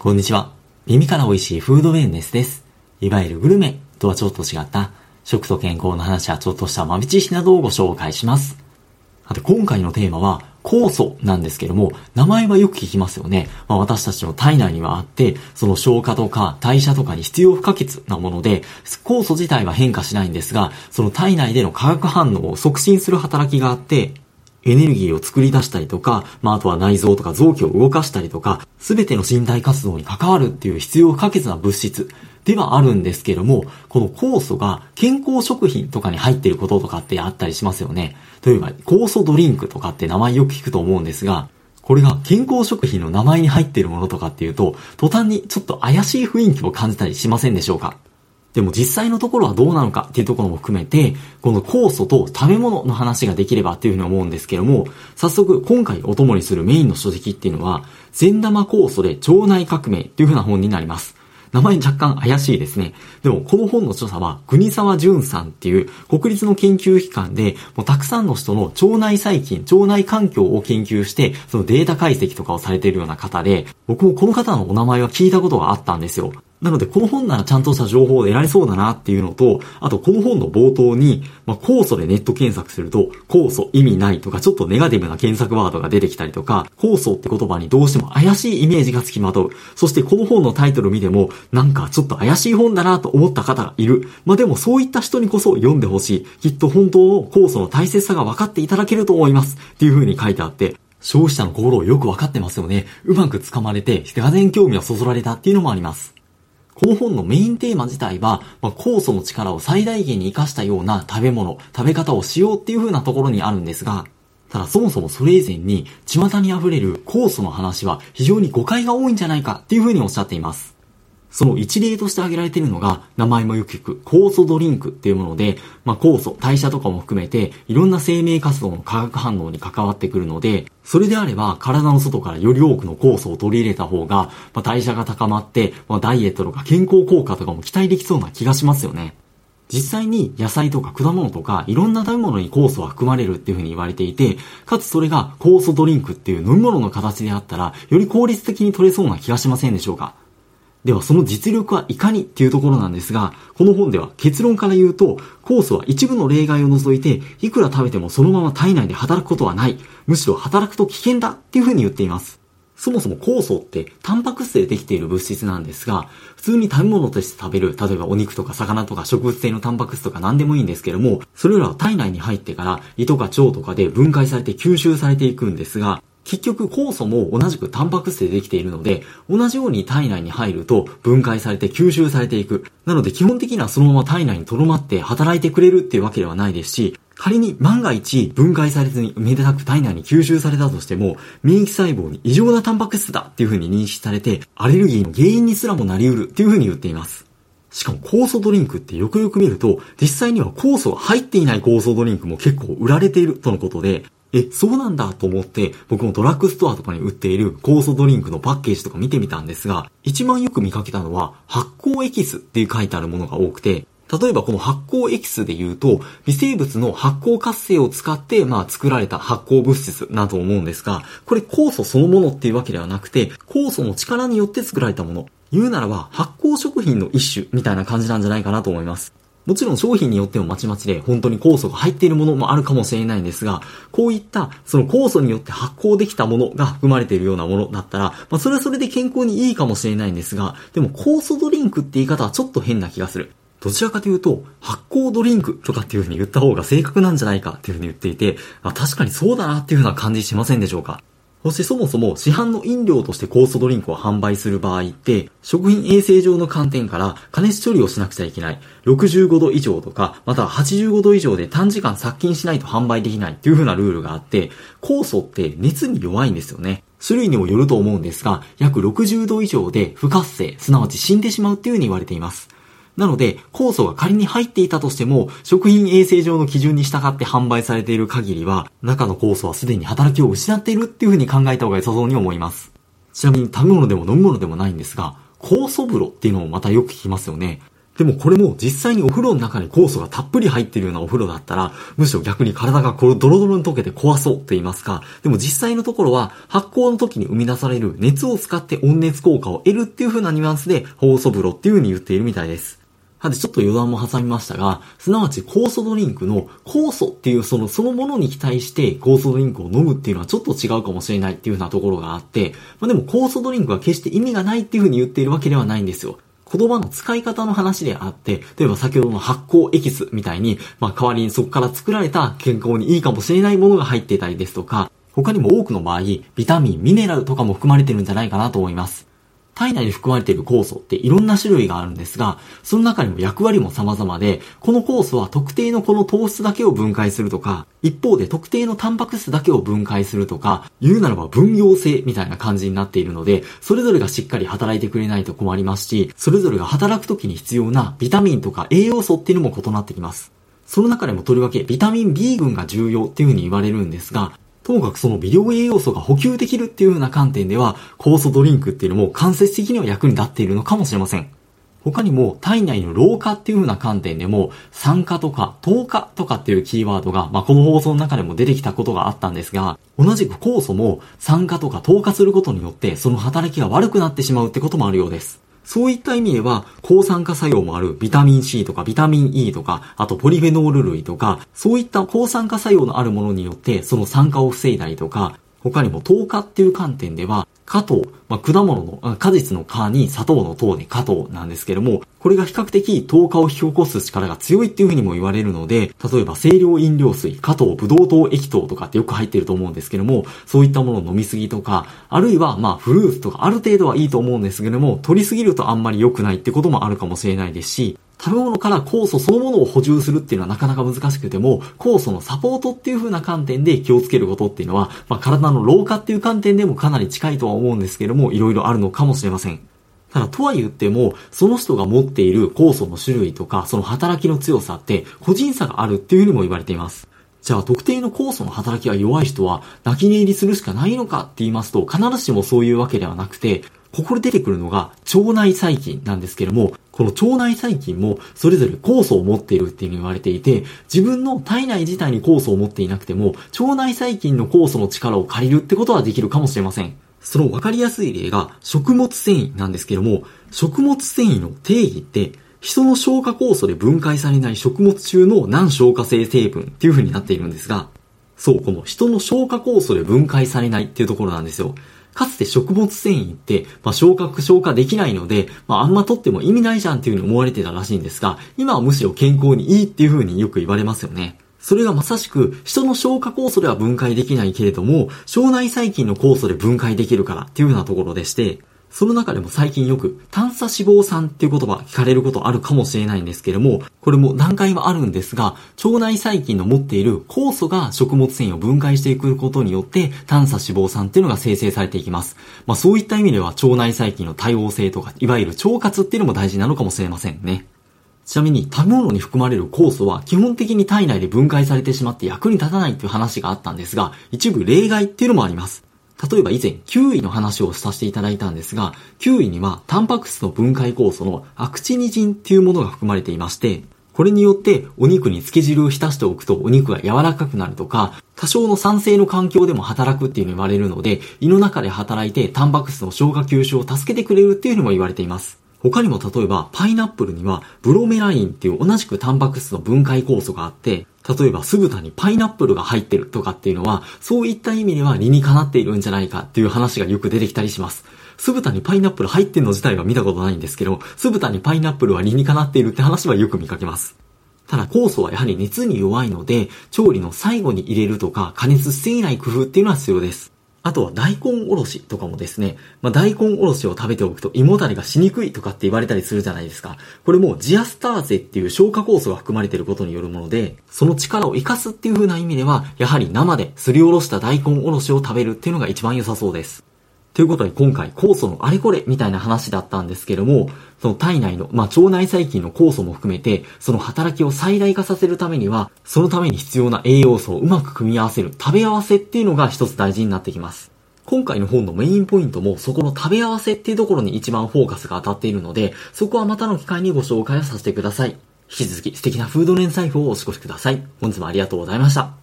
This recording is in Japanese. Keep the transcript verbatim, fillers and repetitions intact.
こんにちは。耳から美味しいフードウェルネスです。いわゆるグルメとはちょっと違った食と健康の話やちょっとした豆知識などをご紹介します。さて今回のテーマは酵素なんですけども、名前はよく聞きますよね。まあ、私たちの体内にはあって、その消化とか代謝とかに必要不可欠なもので、酵素自体は変化しないんですが、その体内での化学反応を促進する働きがあって、エネルギーを作り出したりとか、まあ、あとは内臓とか臓器を動かしたりとか、すべての身体活動に関わるっていう必要不可欠な物質ではあるんですけども、この酵素が健康食品とかに入っていることとかってあったりしますよね。例えば、酵素ドリンクとかって名前よく聞くと思うんですが、これが健康食品の名前に入っているものとかっていうと、途端にちょっと怪しい雰囲気を感じたりしませんでしょうか？でも実際のところはどうなのかっていうところも含めて、この酵素と食べ物の話ができればっていうふうに思うんですけども、早速今回お供にするメインの書籍っていうのは、善玉酵素で腸内革命っていうふうな本になります。名前若干怪しいですね。でもこの本の著者は国沢淳さんっていう国立の研究機関でもうたくさんの人の腸内細菌、腸内環境を研究してそのデータ解析とかをされているような方で、僕もこの方のお名前は聞いたことがあったんですよ。なのでこの本ならちゃんとした情報を得られそうだなっていうのと、あとこの本の冒頭に、まあ、酵素でネット検索すると酵素意味ないとかちょっとネガティブな検索ワードが出てきたりとか、酵素って言葉にどうしても怪しいイメージがつきまとう。そしてこの本のタイトル見てもなんかちょっと怪しい本だなと思った方がいる。まあ、でもそういった人にこそ読んでほしい。きっと本当の酵素の大切さが分かっていただけると思いますっていう風に書いてあって、消費者の心をよく分かってますよね。うまく掴まれてがぜん興味をそそられたっていうのもあります。この本のメインテーマ自体は、まあ、酵素の力を最大限に活かしたような食べ物、食べ方をしようっていう風なところにあるんですが、ただそもそもそれ以前に巷に溢れる酵素の話は非常に誤解が多いんじゃないかっていう風におっしゃっています。その一例として挙げられているのが、名前もよく聞く酵素ドリンクっていうもので、まあ、酵素、代謝とかも含めていろんな生命活動の化学反応に関わってくるので、それであれば体の外からより多くの酵素を取り入れた方が、まあ、代謝が高まって、まあ、ダイエットとか健康効果とかも期待できそうな気がしますよね。実際に野菜とか果物とかいろんな食べ物に酵素は含まれるっていう風に言われていて、かつそれが酵素ドリンクっていう飲み物の形であったら、より効率的に取れそうな気がしませんでしょうか？ではその実力はいかにっていうところなんですが、この本では結論から言うと、酵素は一部の例外を除いて、いくら食べてもそのまま体内で働くことはない。むしろ働くと危険だっていう風に言っています。そもそも酵素ってタンパク質でできている物質なんですが、普通に食べ物として食べる、例えばお肉とか魚とか植物性のタンパク質とか何でもいいんですけども、それらは体内に入ってから胃とか腸とかで分解されて吸収されていくんですが、結局酵素も同じくタンパク質でできているので、同じように体内に入ると分解されて吸収されていく。なので基本的にはそのまま体内に留まって働いてくれるっていうわけではないですし、仮に万が一分解されずにめでたく体内に吸収されたとしても、免疫細胞に異常なタンパク質だっていう風に認識されて、アレルギーの原因にすらもなり得るっていう風に言っています。しかも酵素ドリンクってよくよく見ると、実際には酵素が入っていない酵素ドリンクも結構売られているとのことで、え、そうなんだと思って、僕もドラッグストアとかに売っている酵素ドリンクのパッケージとか見てみたんですが、一番よく見かけたのは発酵エキスっていう書いてあるものが多くて、例えばこの発酵エキスで言うと、微生物の発酵活性を使って、まあ作られた発酵物質だと思うんですが、これ酵素そのものっていうわけではなくて、酵素の力によって作られたもの。言うならば発酵食品の一種みたいな感じなんじゃないかなと思います。もちろん商品によってもまちまちで本当に酵素が入っているものもあるかもしれないんですが、こういったその酵素によって発酵できたものが含まれているようなものだったら、まあそれはそれで健康にいいかもしれないんですが、でも酵素ドリンクって言い方はちょっと変な気がする。どちらかというと発酵ドリンクとかっていう風に言った方が正確なんじゃないかっていう風に言っていて、あ、確かにそうだなっていう風な感じしませんでしょうか？そしてそもそも市販の飲料として酵素ドリンクを販売する場合って、食品衛生上の観点から加熱処理をしなくちゃいけない。ろくじゅうごど以上とか、またははちじゅうごど以上で短時間殺菌しないと販売できないっていう風なルールがあって、酵素って熱に弱いんですよね。種類にもよると思うんですが、約ろくじゅうど以上で不活性、すなわち死んでしまうっていう風に言われています。なので、酵素が仮に入っていたとしても、食品衛生上の基準に従って販売されている限りは、中の酵素はすでに働きを失っているっていう風に考えた方が良さそうに思います。ちなみに食べ物でも飲み物でもないんですが、酵素風呂っていうのもまたよく聞きますよね。 でもこれも実際にお風呂の中に酵素がたっぷり入っているようなお風呂だったら、むしろ逆に体がこれドロドロに溶けて壊そうと言いますか、でも実際のところは発酵の時に生み出される熱を使って温熱効果を得るっていう風なニュアンスで酵素風呂っていう風に言っているみたいです。なのでちょっと余談も挟みましたが、すなわち酵素ドリンクの酵素っていうそのそのものに期待して酵素ドリンクを飲むっていうのはちょっと違うかもしれないっていう風なところがあって、まあ、でも酵素ドリンクは決して意味がないっていう風に言っているわけではないんですよ。言葉の使い方の話であって、例えば先ほどの発酵エキスみたいに、まあ代わりにそこから作られた健康にいいかもしれないものが入っていたりですとか、他にも多くの場合、ビタミン、ミネラルとかも含まれてるんじゃないかなと思います。体内に含まれている酵素っていろんな種類があるんですが、その中にも役割も様々で、この酵素は特定のこの糖質だけを分解するとか、一方で特定のタンパク質だけを分解するとか、言うならば分業制みたいな感じになっているので、それぞれがしっかり働いてくれないと困りますし、それぞれが働くときに必要なビタミンとか栄養素っていうのも異なってきます。その中でもとりわけビタミン B 群が重要っていうふうに言われるんですが、ともかくその微量栄養素が補給できるっていうような観点では、酵素ドリンクっていうのも間接的には役に立っているのかもしれません。他にも体内の老化っていう風な観点でも、酸化とか糖化とかっていうキーワードが、まあ、この放送の中でも出てきたことがあったんですが、同じく酵素も酸化とか糖化することによってその働きが悪くなってしまうってこともあるようです。そういった意味では、抗酸化作用もあるビタミン C とかビタミン E とか、あとポリフェノール類とか、そういった抗酸化作用のあるものによって、その酸化を防いだりとか、他にも糖化っていう観点では、果糖、まあ、果物の、果実の果に砂糖の糖で果糖なんですけども、これが比較的糖化を引き起こす力が強いっていうふうにも言われるので、例えば清涼飲料水、果糖、ブドウ糖液糖とかってよく入ってると思うんですけども、そういったものを飲みすぎとか、あるいはまあフルーツとかある程度はいいと思うんですけども、取りすぎるとあんまり良くないってこともあるかもしれないですし、食べ物から酵素そのものを補充するっていうのはなかなか難しくても、酵素のサポートっていう風な観点で気をつけることっていうのは、まあ体の老化っていう観点でもかなり近いとは思うんですけども、いろいろあるのかもしれません。ただとは言っても、その人が持っている酵素の種類とか、その働きの強さって個人差があるっていう風にも言われています。じゃあ特定の酵素の働きが弱い人は泣き寝入りするしかないのかって言いますと、必ずしもそういうわけではなくて、ここで出てくるのが腸内細菌なんですけども、この腸内細菌もそれぞれ酵素を持っているっていうふうに言われていて、自分の体内自体に酵素を持っていなくても、腸内細菌の酵素の力を借りるってことはできるかもしれません。その分かりやすい例が食物繊維なんですけども、食物繊維の定義って、人の消化酵素で分解されない食物中の難消化性成分っていう風になっているんですが、そう、この人の消化酵素で分解されないっていうところなんですよ。かつて食物繊維って、まあ、消化、消化できないので、まあ、あんま取っても意味ないじゃんっていう風に思われてたらしいんですが、今はむしろ健康にいいっていう風によく言われますよね。それがまさしく人の消化酵素では分解できないけれども、腸内細菌の酵素で分解できるからっていうようなところでして、その中でも最近よく短鎖脂肪酸っていう言葉聞かれることあるかもしれないんですけれども、これも段階はあるんですが、腸内細菌の持っている酵素が食物繊維を分解していくことによって短鎖脂肪酸っていうのが生成されていきます。まあそういった意味では腸内細菌の多様性とか、いわゆる腸活っていうのも大事なのかもしれませんね。ちなみに食べ物に含まれる酵素は基本的に体内で分解されてしまって役に立たないっていう話があったんですが、一部例外っていうのもあります。例えば以前キウイの話をさせていただいたんですが、キウイにはタンパク質の分解酵素のアクチニジンっていうものが含まれていまして、これによってお肉に漬け汁を浸しておくとお肉が柔らかくなるとか、多少の酸性の環境でも働くっていうふうに言われるので、胃の中で働いてタンパク質の消化吸収を助けてくれるっていうふうにも言われています。他にも例えばパイナップルにはブロメラインっていう同じくタンパク質の分解酵素があって、例えば酢豚にパイナップルが入ってるとかっていうのは、そういった意味では理にかなっているんじゃないかっていう話がよく出てきたりします。酢豚にパイナップル入ってるの自体は見たことないんですけど、酢豚にパイナップルは理にかなっているって話はよく見かけます。ただ酵素はやはり熱に弱いので、調理の最後に入れるとか加熱しすぎない工夫っていうのは必要です。あとは大根おろしとかもですね、まあ、大根おろしを食べておくと胃もたれがしにくいとかって言われたりするじゃないですか。これもジアスターゼっていう消化酵素が含まれていることによるもので、その力を活かすっていう風な意味では、やはり生ですりおろした大根おろしを食べるっていうのが一番良さそうです。ということで今回酵素のあれこれみたいな話だったんですけども、その体内の、まあ、腸内細菌の酵素も含めて、その働きを最大化させるためには、そのために必要な栄養素をうまく組み合わせる食べ合わせっていうのが一つ大事になってきます。 今回の本のメインポイントもそこの食べ合わせっていうところに一番フォーカスが当たっているので、そこはまたの機会にご紹介をさせてください。引き続き素敵なフード連載法をお過ごしください。本日もありがとうございました。